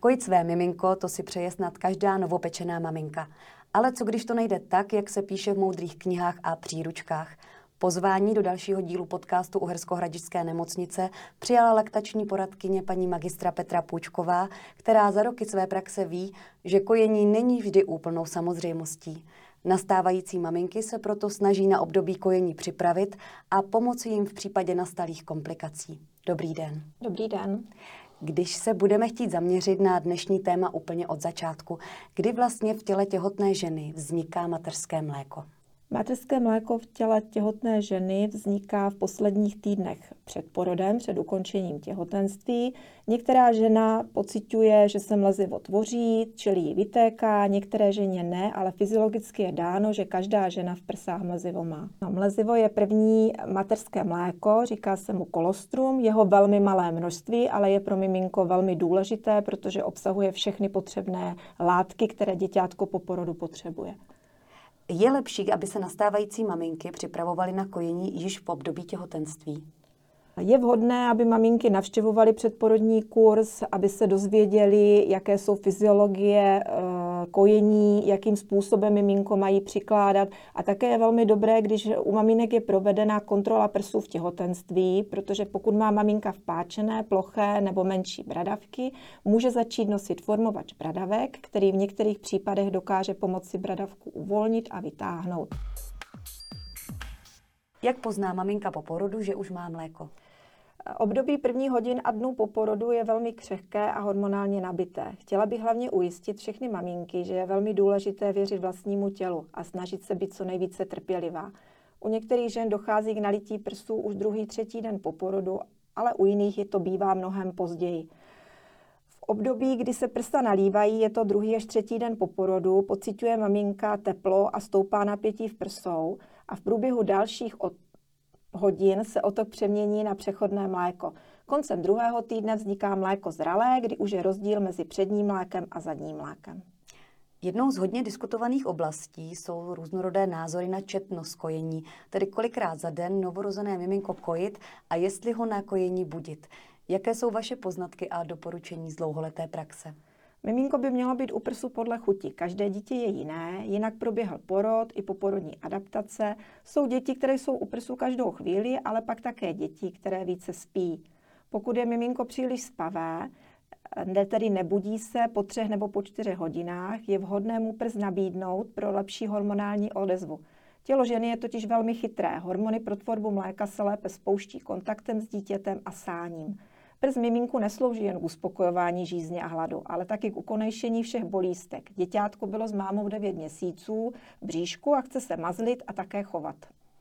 Kojit své miminko, to si přeje snad každá novopečená maminka. Ale co když to nejde tak, jak se píše v moudrých knihách a příručkách? Pozvání do dalšího dílu podcastu Uherskohradišťské nemocnice přijala laktační poradkyně paní magistra Petra Půjčková, která za roky své praxe ví, že kojení není vždy úplnou samozřejmostí. Nastávající maminky se proto snaží na období kojení připravit a pomoci jim v případě nastalých komplikací. Dobrý den. Dobrý den. Když se budeme chtít zaměřit na dnešní téma úplně od začátku, kdy vlastně v těle těhotné ženy vzniká mateřské mléko? Mateřské mléko v těle těhotné ženy vzniká v posledních týdnech před porodem, před ukončením těhotenství. Některá žena pociťuje, že se mlezivo tvoří, čili jí vytéká, některé ženě ne, ale fyziologicky je dáno, že každá žena v prsách mlezivo má. No, mlezivo je první mateřské mléko, říká se mu kolostrum, jeho velmi malé množství, ale je pro miminko velmi důležité, protože obsahuje všechny potřebné látky, které děťátko po porodu potřebuje. Je lepší, aby se nastávající maminky připravovaly na kojení již v období těhotenství? Je vhodné, aby maminky navštěvovaly předporodní kurz, aby se dozvěděly, jaké jsou fyziologie kojení, jakým způsobem miminko mají přikládat. A také je velmi dobré, když u maminek je provedena kontrola prsů v těhotenství, protože pokud má maminka vpáčené, ploché nebo menší bradavky, může začít nosit formovač bradavek, který v některých případech dokáže pomoci bradavku uvolnit a vytáhnout. Jak pozná maminka po porodu, že už má mléko? Období prvních hodin a dnů po porodu je velmi křehké a hormonálně nabité. Chtěla bych hlavně ujistit všechny maminky, že je velmi důležité věřit vlastnímu tělu a snažit se být co nejvíce trpělivá. U některých žen dochází k nalití prsů už druhý, třetí den po porodu, ale u jiných je to bývá mnohem později. V období, kdy se prsa nalívají, je to druhý až třetí den po porodu, pociťuje maminka teplo a stoupá napětí v prsou a v průběhu dalších hodin se otok přemění na přechodné mléko. Koncem druhého týdne vzniká mléko zralé, kdy už je rozdíl mezi předním mlékem a zadním mlékem. Jednou z hodně diskutovaných oblastí jsou různorodé názory na četnost kojení, tedy kolikrát za den novorozené miminko kojit a jestli ho na kojení budit. Jaké jsou vaše poznatky a doporučení z dlouholeté praxe? Miminko by mělo být u prsu podle chuti. Každé dítě je jiné, jinak proběhl porod i poporodní adaptace. Jsou děti, které jsou u prsu každou chvíli, ale pak také děti, které více spí. Pokud je miminko příliš spavé, tedy nebudí se po 3 nebo po 4 hodinách, je vhodné mu prs nabídnout pro lepší hormonální odezvu. Tělo ženy je totiž velmi chytré. Hormony pro tvorbu mléka se lépe spouští kontaktem s dítětem a sáním. Prs miminku neslouží jen k uspokojování žízně a hladu, ale taky k ukonejšení všech bolístek. Děťátko bylo s mámou 9 měsíců v bříšku a chce se mazlit a také chovat.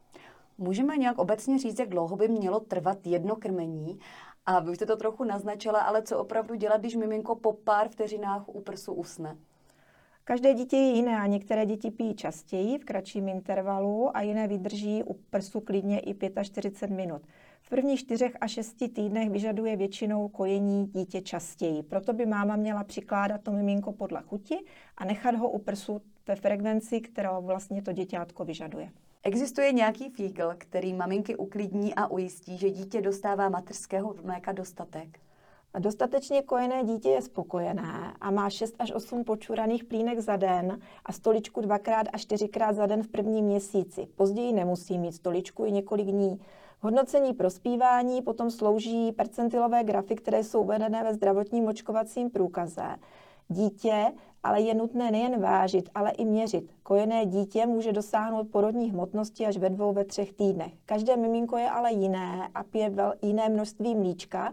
Můžeme nějak obecně říct, jak dlouho by mělo trvat jedno krmení? A vy jste to trochu naznačila, ale co opravdu dělat, když miminko po pár vteřinách u prsu usne? Každé dítě je jiné a některé děti pijí častěji v kratším intervalu a jiné vydrží u prsu klidně i 45 minut. V prvních 4 až 6 týdnech vyžaduje většinou kojení dítě častěji. Proto by máma měla přikládat to miminko podle chuti a nechat ho u prsu ve frekvenci, kterou vlastně to děťátko vyžaduje. Existuje nějaký fígl, který maminky uklidní a ujistí, že dítě dostává mateřského mléka dostatek? Dostatečně kojené dítě je spokojené a má 6 až 8 počuraných plínek za den a stoličku 2x až 4x za den v prvním měsíci. Později nemusí mít stoličku i několik dní. Hodnocení prospívání potom slouží percentilové grafy, které jsou uvedené ve zdravotním očkovacím průkaze. Dítě ale je nutné nejen vážit, ale i měřit. Kojené dítě může dosáhnout porodní hmotnosti až ve 2, ve 3 týdnech. Každé miminko je ale jiné a pije jiné množství mlíčka.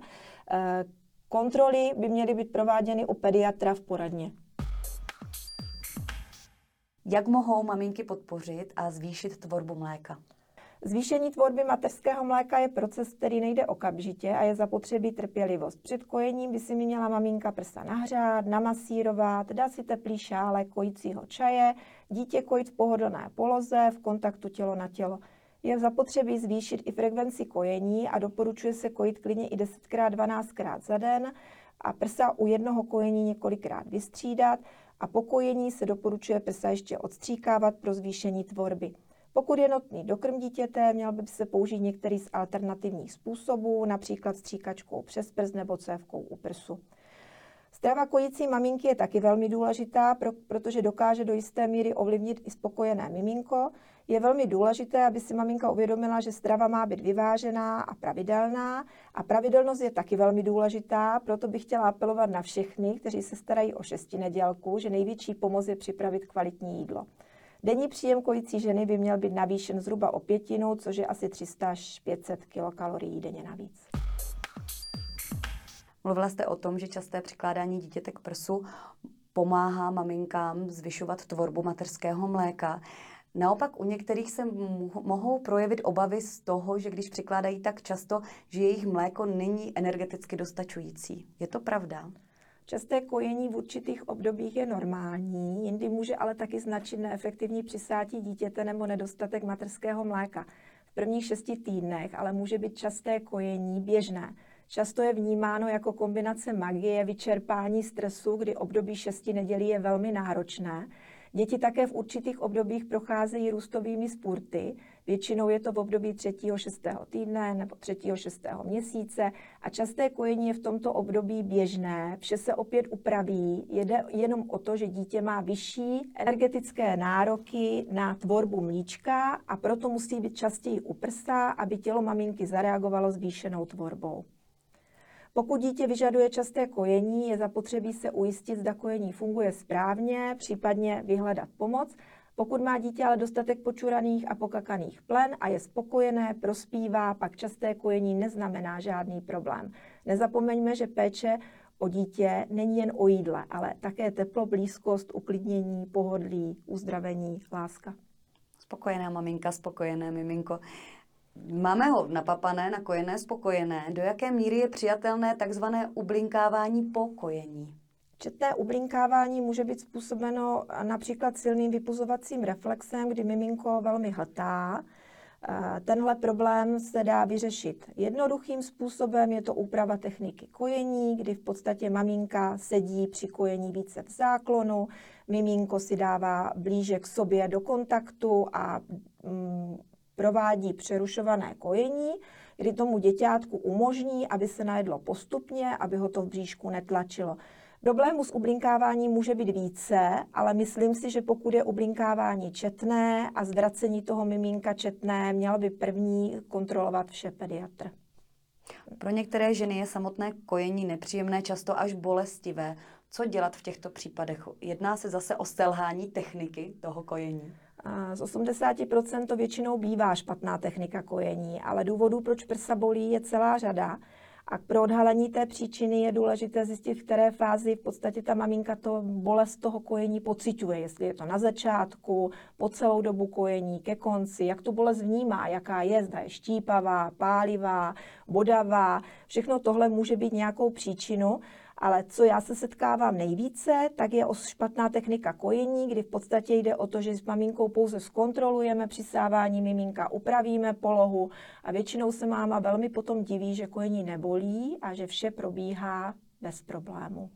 Kontroly by měly být prováděny u pediatra v poradně. Jak mohou maminky podpořit a zvýšit tvorbu mléka? Zvýšení tvorby mateřského mléka je proces, který nejde okamžitě a je zapotřebí trpělivost. Před kojením by si měla maminka prsa nahřát, namasírovat, dát si teplý šálek kojícího čaje, dítě kojit v pohodlné poloze, v kontaktu tělo na tělo. Je zapotřebí zvýšit i frekvenci kojení a doporučuje se kojit klidně i 10x, 12x za den a prsa u jednoho kojení několikrát vystřídat a po kojení se doporučuje prsa ještě odstříkávat pro zvýšení tvorby. Pokud je nutný dokrm dítěte, měl by se použít některý z alternativních způsobů, například stříkačkou přes prst nebo cévkou u prsu. Strava kojící maminky je taky velmi důležitá, protože dokáže do jisté míry ovlivnit i spokojené miminko. Je velmi důležité, aby si maminka uvědomila, že strava má být vyvážená a pravidelná. A pravidelnost je taky velmi důležitá, proto bych chtěla apelovat na všechny, kteří se starají o šestinedělku, že největší pomoc je připravit kvalitní jídlo. Denní příjem kojící ženy by měl být navýšen zhruba o 1/5, což je asi 300 až 500 kilokalorií denně navíc. Mluvila jste o tom, že časté přikládání dítěte k prsu pomáhá maminkám zvyšovat tvorbu mateřského mléka. Naopak u některých se mohou projevit obavy z toho, že když přikládají tak často, že jejich mléko není energeticky dostačující. Je to pravda? Časté kojení v určitých obdobích je normální, jindy může ale taky značit neefektivní přisátí dítěte nebo nedostatek mateřského mléka. V prvních 6 týdnech ale může být časté kojení běžné. Často je vnímáno jako kombinace magie, vyčerpání, stresu, kdy období 6 nedělí je velmi náročné. Děti také v určitých obdobích procházejí růstovými spurty. Většinou je to v období 3. 6. týdne nebo 3. 6. měsíce a časté kojení je v tomto období běžné. Vše se opět upraví. Jde jenom o to, že dítě má vyšší energetické nároky na tvorbu mlíčka a proto musí být častěji u prsa, aby tělo maminky zareagovalo zvýšenou tvorbou. Pokud dítě vyžaduje časté kojení, je zapotřebí se ujistit, zda kojení funguje správně, případně vyhledat pomoc. Pokud má dítě ale dostatek počuraných a pokakaných plen a je spokojené, prospívá, pak časté kojení neznamená žádný problém. Nezapomeňme, že péče o dítě není jen o jídle, ale také teplo, blízkost, uklidnění, pohodlí, uzdravení, láska. Spokojená maminka, spokojené miminko. Máme ho napapané, nakojené, spokojené. Do jaké míry je přijatelné takzvané ublinkávání po kojení? Četné ublinkávání může být způsobeno například silným vypuzovacím reflexem, kdy miminko velmi hltá. Tenhle problém se dá vyřešit jednoduchým způsobem, je to úprava techniky kojení, kdy v podstatě maminka sedí při kojení více v záklonu, miminko si dává blíže k sobě do kontaktu a provádí přerušované kojení, kdy tomu děťátku umožní, aby se najedlo postupně, aby ho to v bříšku netlačilo. Problémů s ublinkáváním může být více, ale myslím si, že pokud je ublinkávání četné a zvracení toho miminka četné, měl by první kontrolovat vše pediatr. Pro některé ženy je samotné kojení nepříjemné, často až bolestivé. Co dělat v těchto případech? Jedná se zase o selhání techniky toho kojení? Z 80% to většinou bývá špatná technika kojení, ale důvodů, proč prsa bolí, je celá řada. A pro odhalení té příčiny je důležité zjistit, v které fázi v podstatě ta maminka to bolest toho kojení pociťuje. Jestli je to na začátku, po celou dobu kojení, ke konci, jak tu bolest vnímá, jaká je, zda je štípavá, pálivá, bodavá. Všechno tohle může být nějakou příčinu. Ale co já se setkávám nejvíce, tak je špatná technika kojení, kdy v podstatě jde o to, že s maminkou pouze zkontrolujeme přisávání miminka, upravíme polohu a většinou se máma velmi potom diví, že kojení nebolí a že vše probíhá bez problému.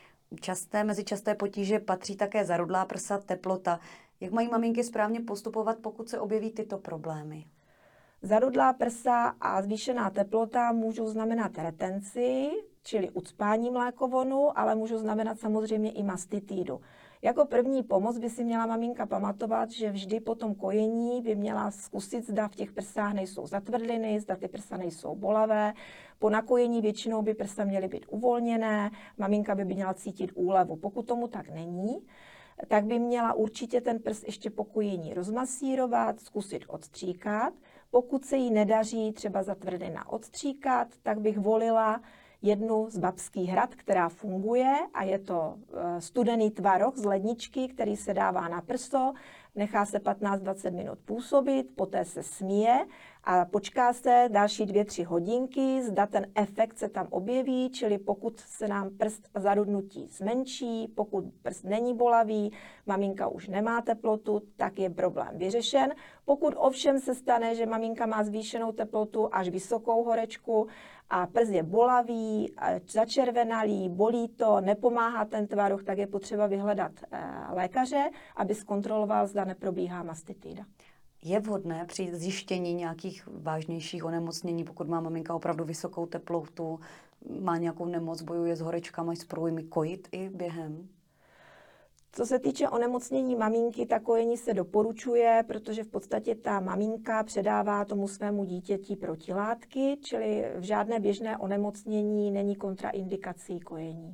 Mezi časté potíže patří také zarudlá prsa, teplota. Jak mají maminky správně postupovat, pokud se objeví tyto problémy? Zarudlá prsa a zvýšená teplota můžou znamenat retenci, čili ucpání mlékovonu, ale můžou znamenat samozřejmě i mastitidu. Jako první pomoc by si měla maminka pamatovat, že vždy po tom kojení by měla zkusit, zda v těch prsách nejsou zatvrdliny, zda ty prsa nejsou bolavé. Po nakojení většinou by prsa měly být uvolněné, maminka by měla cítit úlevu. Pokud tomu tak není, tak by měla určitě ten prst ještě po kojení rozmasírovat, zkusit odstříkat. Pokud se jí nedaří třeba zatvrdlina odstříkat, tak bych volila jednu z babských hrad, která funguje a je to studený tvaroh z ledničky, který se dává na prso, nechá se 15-20 minut působit, poté se smije a počká se další 2-3 hodinky, zda ten efekt se tam objeví, čili pokud se nám prst zarudnutí zmenší, pokud prst není bolavý, maminka už nemá teplotu, tak je problém vyřešen. Pokud ovšem se stane, že maminka má zvýšenou teplotu až vysokou horečku a prst je bolavý, začervenalý, bolí to, nepomáhá ten tvaroh, tak je potřeba vyhledat lékaře, aby zkontroloval, zda neprobíhá mastitida. Je vhodné při zjištění nějakých vážnějších onemocnění, pokud má maminka opravdu vysokou teplotu, má nějakou nemoc, bojuje s horečkami, s průjmy, kojit i během? Co se týče onemocnění maminky, tak kojení se doporučuje, protože v podstatě ta maminka předává tomu svému dítěti protilátky, čili v žádné běžné onemocnění není kontraindikací kojení.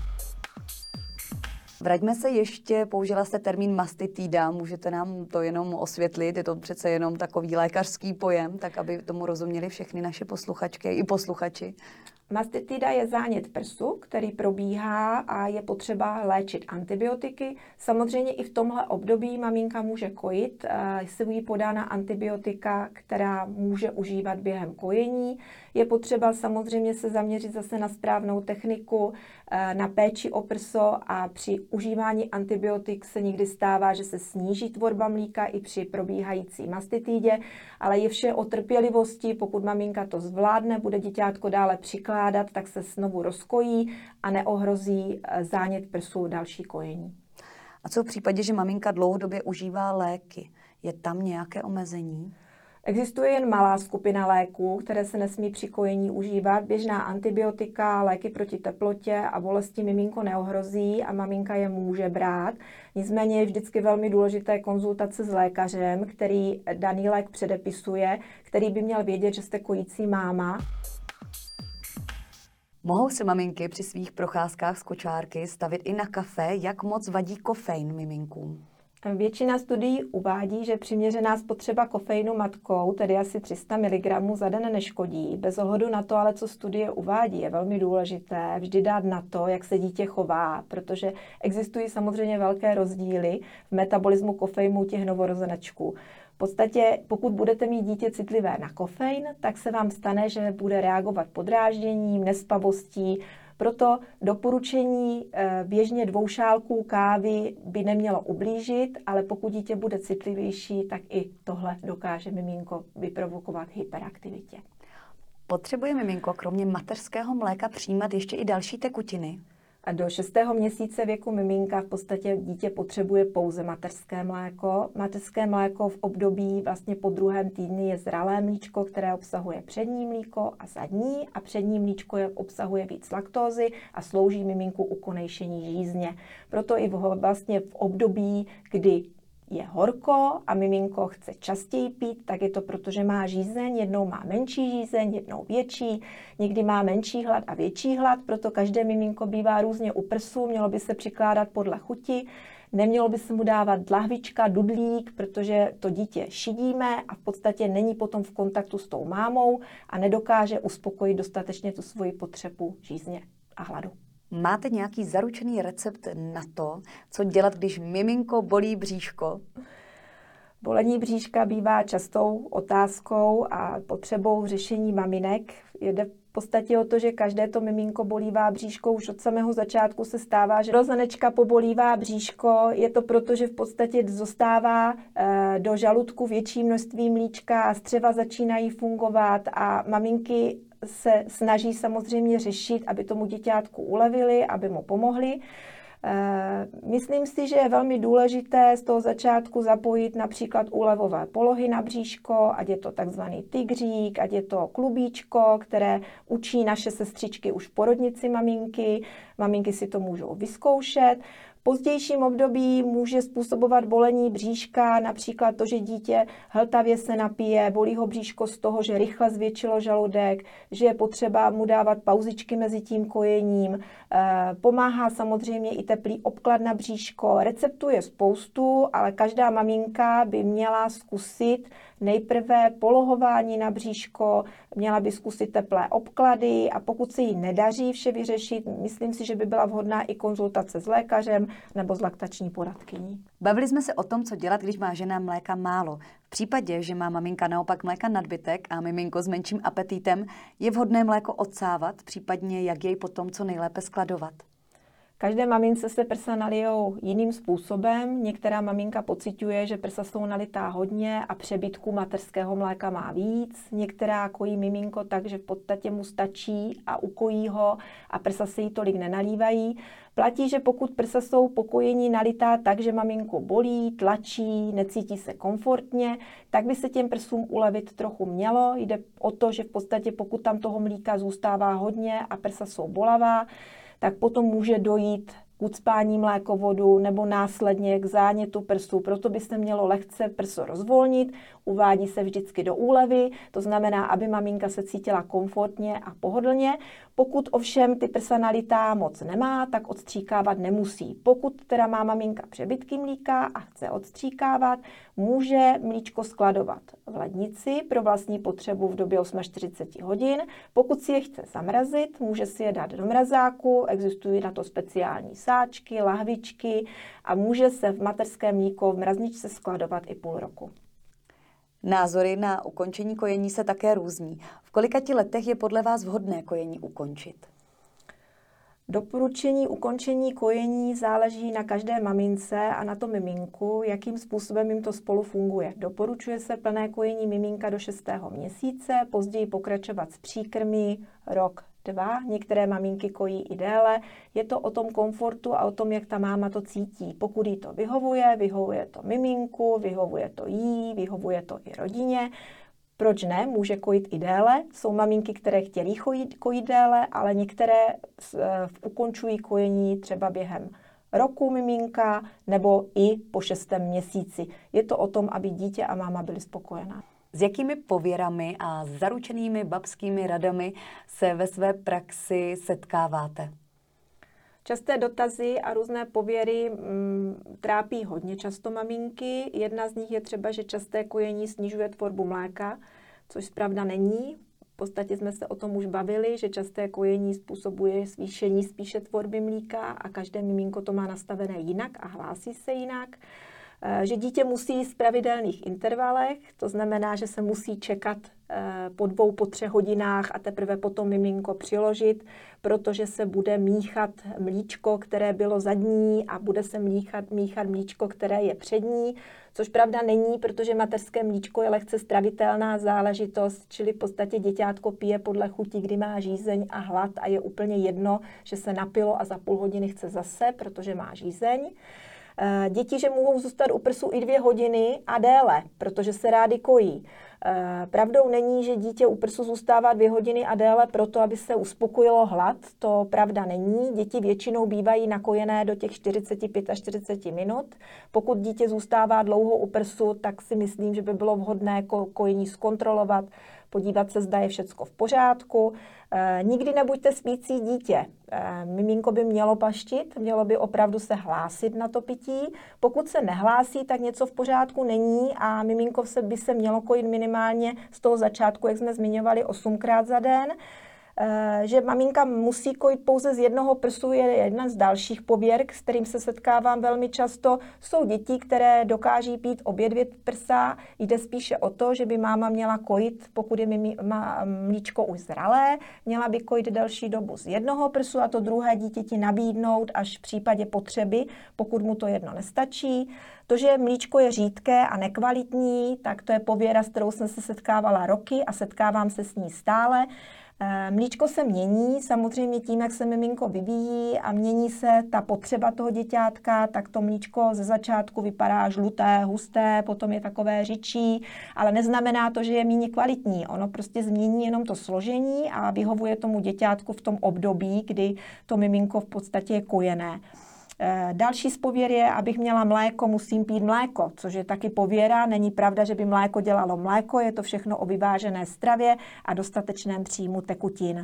Vraťme se ještě, použila jste termín mastitida, můžete nám to jenom osvětlit, je to přece jenom takový lékařský pojem, tak aby tomu rozuměli všechny naše posluchačky i posluchači. Mastitida je zánět prsu, který probíhá a je potřeba léčit antibiotiky. Samozřejmě i v tomhle období maminka může kojit, jsou jí podána antibiotika, která může užívat během kojení. Je potřeba samozřejmě se zaměřit zase na správnou techniku, na péči o prso a při užívání antibiotik se někdy stává, že se sníží tvorba mlíka i při probíhající mastitidě, ale je vše o trpělivosti, pokud maminka to zvládne, bude díťátko dále přikládat, tak se znovu rozkojí a neohrozí zánět prsu další kojení. A co v případě, že maminka dlouhodobě užívá léky? Je tam nějaké omezení? Existuje jen malá skupina léků, které se nesmí při kojení užívat. Běžná antibiotika, léky proti teplotě a bolesti miminko neohrozí a maminka je může brát. Nicméně je vždycky velmi důležité konzultace s lékařem, který daný lék předepisuje, který by měl vědět, že jste kojící máma. Mohou se maminky při svých procházkách z kočárky stavit i na kafe, jak moc vadí kofein miminkům? Většina studií uvádí, že přiměřená spotřeba kofeinu matkou, tedy asi 300 mg za den, neškodí. Bez ohledu na to, ale co studie uvádí, je velmi důležité vždy dát na to, jak se dítě chová, protože existují samozřejmě velké rozdíly v metabolismu kofeinu těch novorozenečků. V podstatě, pokud budete mít dítě citlivé na kofein, tak se vám stane, že bude reagovat podrážděním, nespavostí. Proto doporučení běžně 2 šálků kávy by nemělo ublížit, ale pokud dítě bude citlivější, tak i tohle dokáže miminko vyprovokovat hyperaktivitě. Potřebuje miminko kromě mateřského mléka přijímat ještě i další tekutiny? A do 6. měsíce věku miminka v podstatě dítě potřebuje pouze mateřské mléko. Mateřské mléko v období vlastně po 2. týdnu je zralé mlíčko, které obsahuje přední mlíko a zadní a přední mlíčko obsahuje víc laktózy a slouží miminku ukonejšení žízně. Proto i vlastně v období, kdy je horko a miminko chce častěji pít, tak je to proto, že má žízeň, jednou má menší žízeň, jednou větší, někdy má menší hlad a větší hlad, proto každé miminko bývá různě u prsu, mělo by se přikládat podle chuti, nemělo by se mu dávat lahvička, dudlík, protože to dítě šidíme a v podstatě není potom v kontaktu s tou mámou a nedokáže uspokojit dostatečně tu svoji potřebu žízně a hladu. Máte nějaký zaručený recept na to, co dělat, když miminko bolí bříško? Bolení bříška bývá častou otázkou a potřebou řešení maminek. Jde v podstatě o to, že každé to miminko bolívá bříško. Už od samého začátku se stává, že rozenečka pobolívá bříško. Je to proto, že v podstatě dostává do žaludku větší množství mlíčka a střeva začínají fungovat a maminky se snaží samozřejmě řešit, aby tomu děťátku ulevili, aby mu pomohli. Myslím si, že je velmi důležité z toho začátku zapojit například úlevové polohy na bříško, ať je to takzvaný tygřík, ať je to klubíčko, které učí naše sestřičky už v porodnici maminky. Maminky si to můžou vyzkoušet. V pozdějším období může způsobovat bolení bříška, například to, že dítě hltavě se napije, bolí ho bříško z toho, že rychle zvětšilo žaludek, že je potřeba mu dávat pauzičky mezi tím kojením. Pomáhá samozřejmě i teplý obklad na bříško. Receptů je spoustu, ale každá maminka by měla zkusit nejprve polohování na bříško, měla by zkusit teplé obklady a pokud se jí nedaří vše vyřešit, myslím si, že by byla vhodná i konzultace s lékařem nebo s laktační poradkyní. Bavili jsme se o tom, co dělat, když má žena mléka málo. V případě, že má maminka naopak mléka nadbytek a miminko s menším apetitem, je vhodné mléko odsávat, případně jak jej potom co nejlépe skladovat? Každé mamince se prsa nalijou jiným způsobem. Některá maminka pociťuje, že prsa jsou nalitá hodně a přebytku mateřského mléka má víc. Některá kojí miminko tak, že v podstatě mu stačí a ukojí ho a prsa se jí tolik nenalívají. Platí, že pokud prsa jsou po kojení nalitá tak, že maminku bolí, tlačí, necítí se komfortně, tak by se těm prsům ulevit trochu mělo. Jde o to, že v podstatě pokud tam toho mlíka zůstává hodně a prsa jsou bolavá, tak potom může dojít k ucpání mlékovodu nebo následně k zánětu prsu. Proto by se mělo lehce prso rozvolnit. Uvádí se vždycky do úlevy, to znamená, aby maminka se cítila komfortně a pohodlně. Pokud ovšem ty prsa nalitá moc nemá, tak odstříkávat nemusí. Pokud teda má maminka přebytky mlíka a chce odstříkávat, může mlíčko skladovat v lednici pro vlastní potřebu v době 48 hodin. Pokud si je chce zamrazit, může si je dát do mrazáku, existují na to speciální sáčky, lahvičky a může se v mateřské mlíko v mrazničce skladovat i půl roku. Názory na ukončení kojení se také různí. V kolika letech je podle vás vhodné kojení ukončit? Doporučení ukončení kojení záleží na každé mamince a na tom miminku, jakým způsobem jim to spolu funguje. Doporučuje se plné kojení miminka do 6. měsíce, později pokračovat s příkrmy rok, 2. Některé maminky kojí i déle. Je to o tom komfortu a o tom, jak ta máma to cítí. Pokud jí to vyhovuje to miminku, vyhovuje to jí, vyhovuje to i rodině. Proč ne? Může kojit i déle. Jsou maminky, které chtějí kojit déle, ale některé ukončují kojení třeba během roku miminka nebo i po 6. měsíci. Je to o tom, aby dítě a máma byly spokojená. S jakými pověrami a zaručenými babskými radami se ve své praxi setkáváte? Časté dotazy a různé pověry trápí hodně často maminky. Jedna z nich je třeba, že časté kojení snižuje tvorbu mléka, což pravda není. V podstatě jsme se o tom už bavili, že časté kojení způsobuje zvýšení spíše tvorby mlíka a každé miminko to má nastavené jinak a hlásí se jinak. Že dítě musí jíst v pravidelných intervalech, to znamená, že se musí čekat po 2, po 3 hodinách a teprve potom miminko přiložit, protože se bude míchat mlíčko, které bylo zadní a bude se míchat mlíčko, které je přední, což pravda není, protože mateřské mlíčko je lehce stravitelná záležitost, čili v podstatě děťátko pije podle chuti, kdy má žízeň a hlad a je úplně jedno, že se napilo a za půl hodiny chce zase, protože má žízeň. Děti, že mohou zůstat u prsu i 2 hodiny a déle, protože se rády kojí. Pravdou není, že dítě u prsu zůstává 2 hodiny a déle proto, aby se uspokojilo hlad. To pravda není. Děti většinou bývají nakojené do těch 45 až 40 minut. Pokud dítě zůstává dlouho u prsu, tak si myslím, že by bylo vhodné kojení zkontrolovat, podívat se, zda je všecko v pořádku. Nikdy nebuďte spící dítě. Miminko by mělo paštit, mělo by opravdu se hlásit na to pití. Pokud se nehlásí, tak něco v pořádku není a miminko by se mělo kojit minimálně z toho začátku, jak jsme zmiňovali, 8krát za den. Že maminka musí kojit pouze z jednoho prsu je jedna z dalších pověr, s kterým se setkávám velmi často. Jsou děti, které dokáží pít obě 2 prsa. Jde spíše o to, že by máma měla kojit, pokud je mlíčko už zralé, měla by kojit delší dobu z jednoho prsu a to druhé dítěti nabídnout až v případě potřeby, pokud mu to jedno nestačí. To, že mlíčko je řídké a nekvalitní, tak to je pověra, s kterou jsem se setkávala roky a setkávám se s ní stále. Mlíčko se mění, samozřejmě tím, jak se miminko vyvíjí a mění se ta potřeba toho děťátka, tak to mlíčko ze začátku vypadá žluté, husté, potom je takové řidčí, ale neznamená to, že je méně kvalitní. Ono prostě změní jenom to složení a vyhovuje tomu děťátku v tom období, kdy to miminko v podstatě je kojené. Další z pověr je, abych měla mléko, musím pít mléko, což je taky pověra. Není pravda, že by mléko dělalo mléko, je to všechno o vyvážené stravě a dostatečném příjmu tekutin.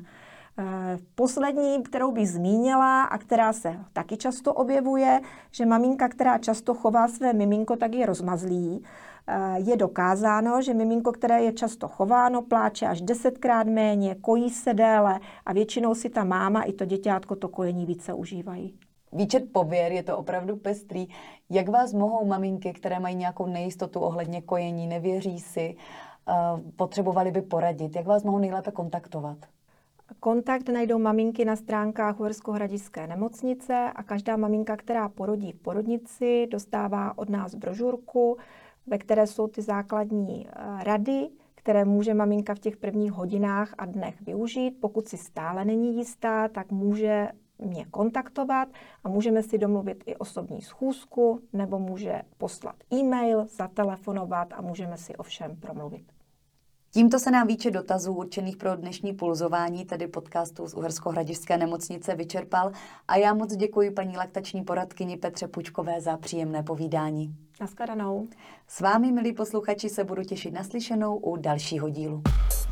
Poslední, kterou bych zmínila a která se taky často objevuje, že maminka, která často chová své miminko, tak je rozmazlí. Je dokázáno, že miminko, které je často chováno, pláče až 10krát méně, kojí se déle a většinou si ta máma i to děťátko to kojení více užívají. Výčet pověr je to opravdu pestrý. Jak vás mohou maminky, které mají nějakou nejistotu ohledně kojení, nevěří si, potřebovali by poradit? Jak vás mohou nejlépe kontaktovat? Kontakt najdou maminky na stránkách Uherskohradišťské nemocnice a každá maminka, která porodí v porodnici, dostává od nás brožurku, ve které jsou ty základní rady, které může maminka v těch prvních hodinách a dnech využít. Pokud si stále není jistá, tak může mě kontaktovat a můžeme si domluvit i osobní schůzku, nebo může poslat e-mail, zatelefonovat a můžeme si o všem promluvit. Tímto se nám výčet dotazů určených pro dnešní pulzování, tedy podcastu z Uherskohradišťské nemocnice, vyčerpal a já moc děkuji paní laktační poradkyni Petře Pučkové za příjemné povídání. Nashledanou. S vámi, milí posluchači, se budu těšit na slyšenou u dalšího dílu.